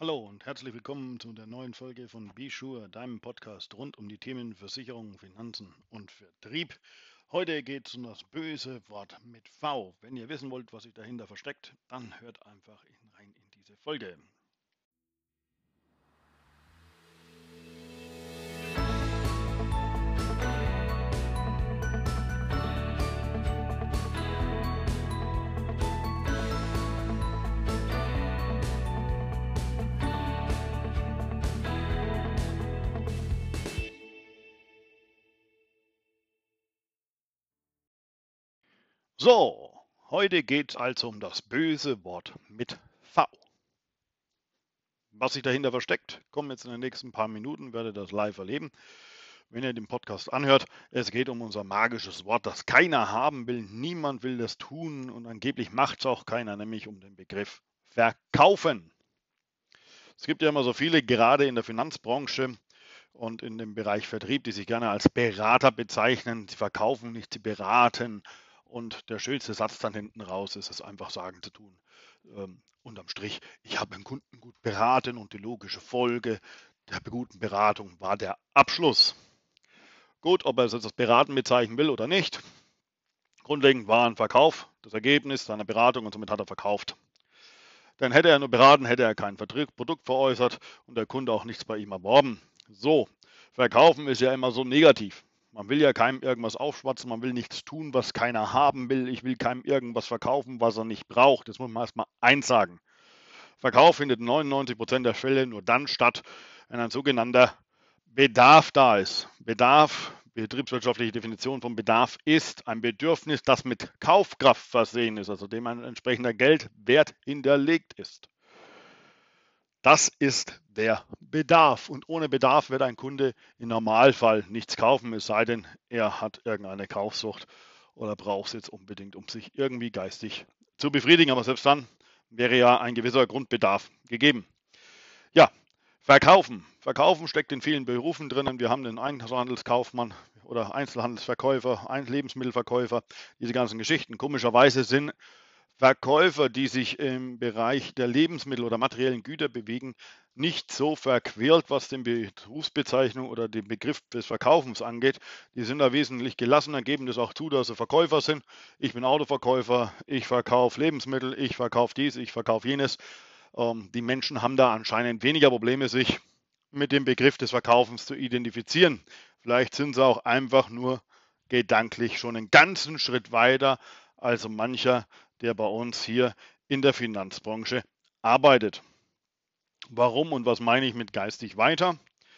Hallo und herzlich willkommen zu der neuen Folge von Be Sure, deinem Podcast rund um die Themen Versicherung, Finanzen und Vertrieb. Heute geht es um das böse Wort mit V. Wenn ihr wissen wollt, was sich dahinter versteckt, dann hört einfach rein in diese Folge. So, heute geht es also um das böse Wort mit V. Was sich dahinter versteckt, kommen jetzt in den nächsten paar Minuten, werdet ihr das live erleben. Wenn ihr den Podcast anhört, es geht um unser magisches Wort, das keiner haben will, niemand will das tun und angeblich macht es auch keiner, nämlich um den Begriff verkaufen. Es gibt ja immer so viele, gerade in der Finanzbranche und in dem Bereich Vertrieb, die sich gerne als Berater bezeichnen. Sie verkaufen nicht, sie beraten. Und der schönste Satz dann hinten raus ist es einfach sagen zu tun. Unterm Strich, ich habe einen Kunden gut beraten und die logische Folge der guten Beratung war der Abschluss. Gut, ob er es jetzt als Beraten bezeichnen will oder nicht. Grundlegend war ein Verkauf, das Ergebnis seiner Beratung und somit hat er verkauft. Denn hätte er nur beraten, hätte er kein Produkt veräußert und der Kunde auch nichts bei ihm erworben. So, verkaufen ist ja immer so negativ. Man will ja keinem irgendwas aufschwatzen, man will nichts tun, was keiner haben will. Ich will keinem irgendwas verkaufen, was er nicht braucht. Das muss man erstmal eins sagen. Verkauf findet in 99% der Fälle nur dann statt, wenn ein sogenannter Bedarf da ist. Bedarf, betriebswirtschaftliche Definition von Bedarf ist ein Bedürfnis, das mit Kaufkraft versehen ist, also dem ein entsprechender Geldwert hinterlegt ist. Das ist der Bedarf. Und ohne Bedarf wird ein Kunde im Normalfall nichts kaufen, es sei denn, er hat irgendeine Kaufsucht oder braucht es jetzt unbedingt, um sich irgendwie geistig zu befriedigen. Aber selbst dann wäre ja ein gewisser Grundbedarf gegeben. Ja, verkaufen. Verkaufen steckt in vielen Berufen drinnen. Wir haben den Einzelhandelskaufmann oder Einzelhandelsverkäufer, Lebensmittelverkäufer, diese ganzen Geschichten. Komischerweise sind Verkäufer, die sich im Bereich der Lebensmittel oder materiellen Güter bewegen, nicht so verquält, was die Berufsbezeichnung oder den Begriff des Verkaufens angeht. Die sind da wesentlich gelassener, geben das auch zu, dass sie Verkäufer sind. Ich bin Autoverkäufer, ich verkaufe Lebensmittel, ich verkaufe dies, ich verkaufe jenes. Die Menschen haben da anscheinend weniger Probleme, sich mit dem Begriff des Verkaufens zu identifizieren. Vielleicht sind sie auch einfach nur gedanklich schon einen ganzen Schritt weiter als mancher, der bei uns hier in der Finanzbranche arbeitet. Warum und was meine ich mit geistig weiter?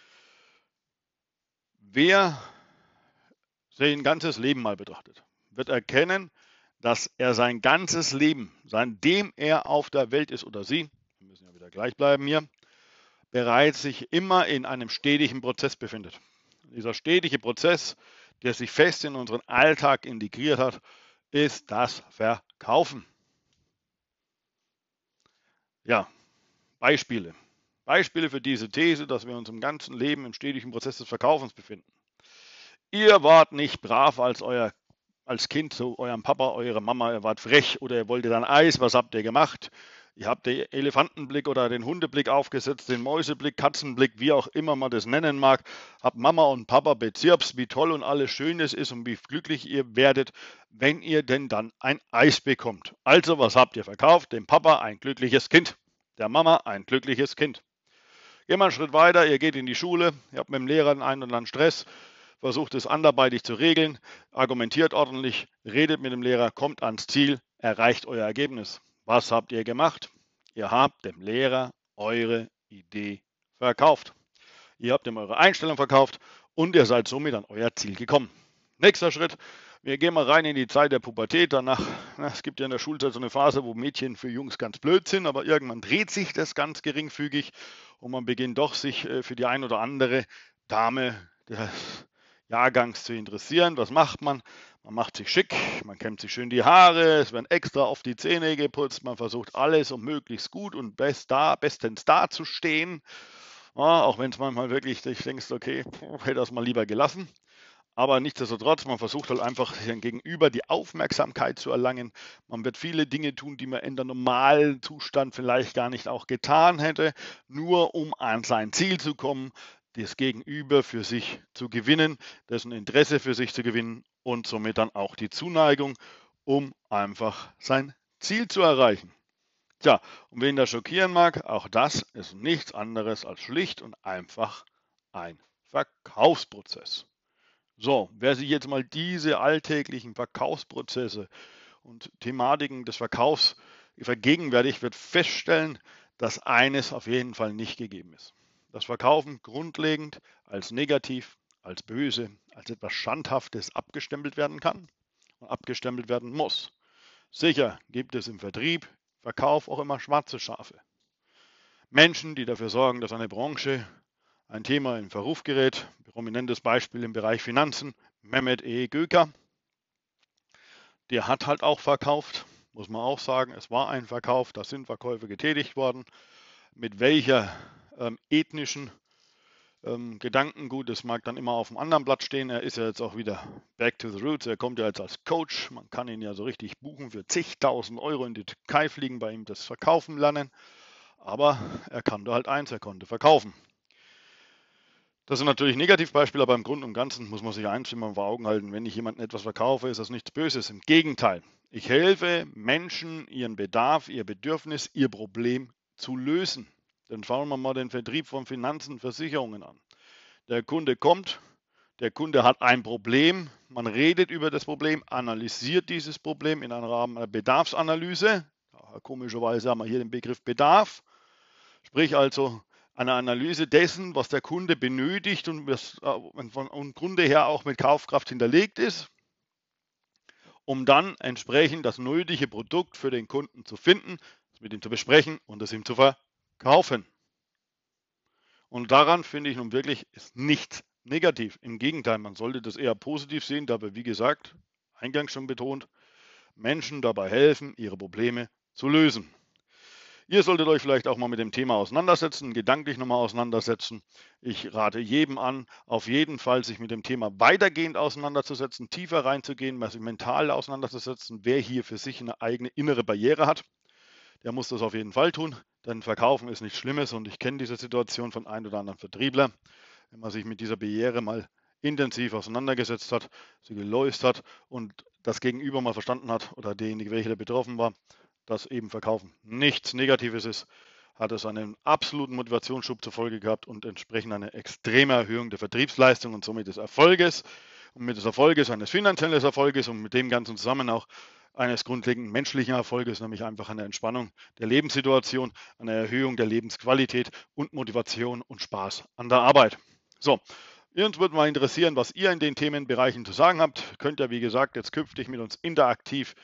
Wer sein ganzes Leben mal betrachtet, wird erkennen, dass er sein ganzes Leben, seitdem er auf der Welt ist oder sie, wir müssen ja wieder gleich bleiben hier, bereits sich immer in einem stetigen Prozess befindet. Dieser stetige Prozess, der sich fest in unseren Alltag integriert hat, ist das Verkaufen. Ja, Beispiele. Beispiele für diese These, dass wir uns im ganzen Leben im stetigen Prozess des Verkaufens befinden. Ihr wart nicht brav als Kind zu eurem Papa, eure Mama, ihr wart frech oder ihr wolltet dann Eis, was habt ihr gemacht? Ihr habt den Elefantenblick oder den Hundeblick aufgesetzt, den Mäuseblick, Katzenblick, wie auch immer man das nennen mag. Habt Mama und Papa bezirpst, wie toll und alles schön es ist und wie glücklich ihr werdet, wenn ihr denn dann ein Eis bekommt. Also, was habt ihr verkauft? Dem Papa ein glückliches Kind, der Mama ein glückliches Kind. Gehen wir einen Schritt weiter, ihr geht in die Schule, ihr habt mit dem Lehrer einen oder anderen Stress, versucht es anderweitig zu regeln, argumentiert ordentlich, redet mit dem Lehrer, kommt ans Ziel, erreicht euer Ergebnis. Was habt ihr gemacht? Ihr habt dem Lehrer eure Idee verkauft. Ihr habt ihm eure Einstellung verkauft und ihr seid somit an euer Ziel gekommen. Nächster Schritt, wir gehen mal rein in die Zeit der Pubertät. Danach, es gibt ja in der Schulzeit so eine Phase, wo Mädchen für Jungs ganz blöd sind, aber irgendwann dreht sich das ganz geringfügig und man beginnt doch sich für die ein oder andere Dame des Jahrgangs zu interessieren. Was macht man? Man macht sich schick, man kämmt sich schön die Haare, es werden extra auf die Zähne geputzt, man versucht alles, um möglichst gut und bestens dazustehen. Ja, auch wenn es manchmal wirklich, ich denkst, okay, hätte das mal lieber gelassen. Aber nichtsdestotrotz, man versucht halt einfach dem Gegenüber die Aufmerksamkeit zu erlangen. Man wird viele Dinge tun, die man in der normalen Zustand vielleicht gar nicht auch getan hätte, nur um an sein Ziel zu kommen, das Gegenüber für sich zu gewinnen, dessen Interesse für sich zu gewinnen und somit dann auch die Zuneigung, um einfach sein Ziel zu erreichen. Tja, und wen das schockieren mag, auch das ist nichts anderes als schlicht und einfach ein Verkaufsprozess. So, wer sich jetzt mal diese alltäglichen Verkaufsprozesse und Thematiken des Verkaufs vergegenwärtigt, wird feststellen, dass eines auf jeden Fall nicht gegeben ist. Das Verkaufen grundlegend als negativ, als böse, als etwas Schandhaftes abgestempelt werden kann und abgestempelt werden muss. Sicher gibt es im Vertrieb, Verkauf auch immer schwarze Schafe. Menschen, die dafür sorgen, dass eine Branche ein Thema in Verruf gerät. Prominentes Beispiel im Bereich Finanzen, Mehmet E. Göker. Der hat halt auch verkauft, muss man auch sagen. Es war ein Verkauf, da sind Verkäufe getätigt worden. Mit welcher ethnischen Gedankengut, das mag dann immer auf dem anderen Blatt stehen. Er ist ja jetzt auch wieder back to the roots. Er kommt ja jetzt als Coach. Man kann ihn ja so richtig buchen für zigtausend Euro in die Türkei fliegen, bei ihm das Verkaufen lernen. Aber er kannte halt eins, er konnte verkaufen. Das sind natürlich Negativbeispiele, aber im Grunde und Ganzen muss man sich eins immer vor Augen halten. Wenn ich jemandem etwas verkaufe, ist das nichts Böses. Im Gegenteil. Ich helfe Menschen, ihren Bedarf, ihr Bedürfnis, ihr Problem zu lösen. Dann schauen wir mal den Vertrieb von Finanzen, Versicherungen an. Der Kunde kommt, der Kunde hat ein Problem, man redet über das Problem, analysiert dieses Problem in einem Rahmen einer Bedarfsanalyse. Komischerweise haben wir hier den Begriff Bedarf. Sprich also eine Analyse dessen, was der Kunde benötigt und was von Kunde her auch mit Kaufkraft hinterlegt ist, um dann entsprechend das nötige Produkt für den Kunden zu finden, es mit ihm zu besprechen und es ihm zu verkaufen. Und daran finde ich nun wirklich ist nichts negativ. Im Gegenteil, man sollte das eher positiv sehen, da wir, wie gesagt, eingangs schon betont, Menschen dabei helfen, ihre Probleme zu lösen. Ihr solltet euch vielleicht auch mal mit dem Thema auseinandersetzen, gedanklich nochmal auseinandersetzen. Ich rate jedem an, auf jeden Fall sich mit dem Thema weitergehend auseinanderzusetzen, tiefer reinzugehen, sich mental auseinanderzusetzen. Wer hier für sich eine eigene innere Barriere hat, der muss das auf jeden Fall tun, denn Verkaufen ist nichts Schlimmes und ich kenne diese Situation von einem oder anderen Vertriebler. Wenn man sich mit dieser Barriere mal intensiv auseinandergesetzt hat, sie geläust hat und das Gegenüber mal verstanden hat oder derjenige, welcher betroffen war, dass eben Verkaufen nichts Negatives ist, hat es einen absoluten Motivationsschub zur Folge gehabt und entsprechend eine extreme Erhöhung der Vertriebsleistung und somit des Erfolges und mit des Erfolges eines finanziellen Erfolges und mit dem Ganzen zusammen auch eines grundlegenden menschlichen Erfolges, nämlich einfach eine Entspannung der Lebenssituation, eine Erhöhung der Lebensqualität und Motivation und Spaß an der Arbeit. So, uns würde mal interessieren, was ihr in den Themenbereichen zu sagen habt. Könnt ihr, wie gesagt, jetzt künftig mit uns interaktiv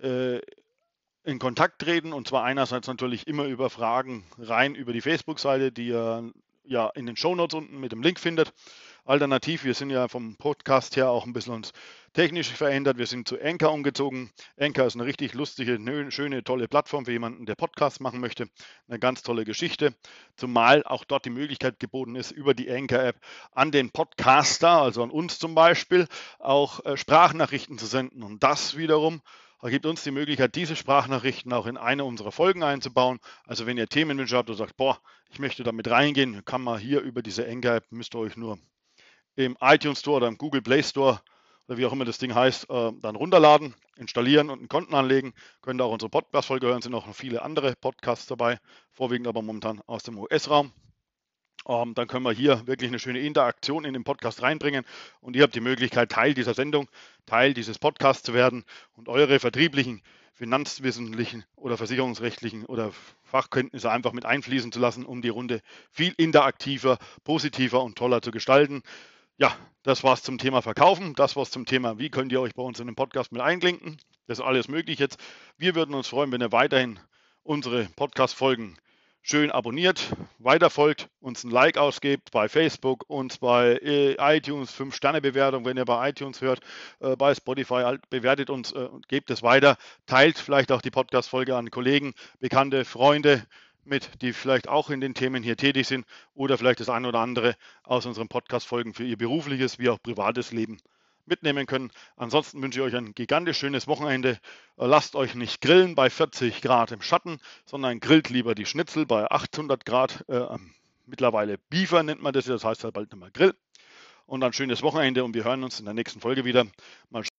in Kontakt treten und zwar einerseits natürlich immer über Fragen rein über die Facebook-Seite, die ihr ja in den Shownotes unten mit dem Link findet. Alternativ, wir sind ja vom Podcast her auch ein bisschen uns technisch verändert. Wir sind zu Anchor umgezogen. Anchor ist eine richtig lustige, schöne, tolle Plattform für jemanden, der Podcast machen möchte. Eine ganz tolle Geschichte. Zumal auch dort die Möglichkeit geboten ist, über die Anchor-App an den Podcaster, also an uns zum Beispiel, auch Sprachnachrichten zu senden. Und das wiederum gibt uns die Möglichkeit, diese Sprachnachrichten auch in eine unserer Folgen einzubauen. Also wenn ihr Themenwünsche habt und sagt, boah, ich möchte da mit reingehen, kann man hier über diese Anchor-App, müsst ihr euch nur im iTunes Store oder im Google Play Store oder wie auch immer das Ding heißt, dann runterladen, installieren und einen Konten anlegen. Könnt ihr auch unsere Podcast-Folge hören, sind auch noch viele andere Podcasts dabei, vorwiegend aber momentan aus dem US-Raum. Dann können wir hier wirklich eine schöne Interaktion in den Podcast reinbringen und ihr habt die Möglichkeit, Teil dieser Sendung, Teil dieses Podcasts zu werden und eure vertrieblichen, finanzwissenschaftlichen oder versicherungsrechtlichen oder Fachkenntnisse einfach mit einfließen zu lassen, um die Runde viel interaktiver, positiver und toller zu gestalten. Ja, das war's zum Thema Verkaufen. Das war's zum Thema, wie könnt ihr euch bei uns in den Podcast mit einklinken. Das ist alles möglich jetzt. Wir würden uns freuen, wenn ihr weiterhin unsere Podcast-Folgen schön abonniert, weiterfolgt, uns ein Like ausgebt bei Facebook, uns bei iTunes, 5-Sterne-Bewertung, wenn ihr bei iTunes hört, bei Spotify, bewertet uns, gebt es weiter, teilt vielleicht auch die Podcast-Folge an Kollegen, Bekannte, Freunde mit, die vielleicht auch in den Themen hier tätig sind oder vielleicht das eine oder andere aus unseren Podcast-Folgen für ihr berufliches wie auch privates Leben mitnehmen können. Ansonsten wünsche ich euch ein gigantisch schönes Wochenende. Lasst euch nicht grillen bei 40 Grad im Schatten, sondern grillt lieber die Schnitzel bei 800 Grad. Mittlerweile Beefer nennt man das, das heißt halt bald nicht mehr Grill. Und ein schönes Wochenende und wir hören uns in der nächsten Folge wieder. Mal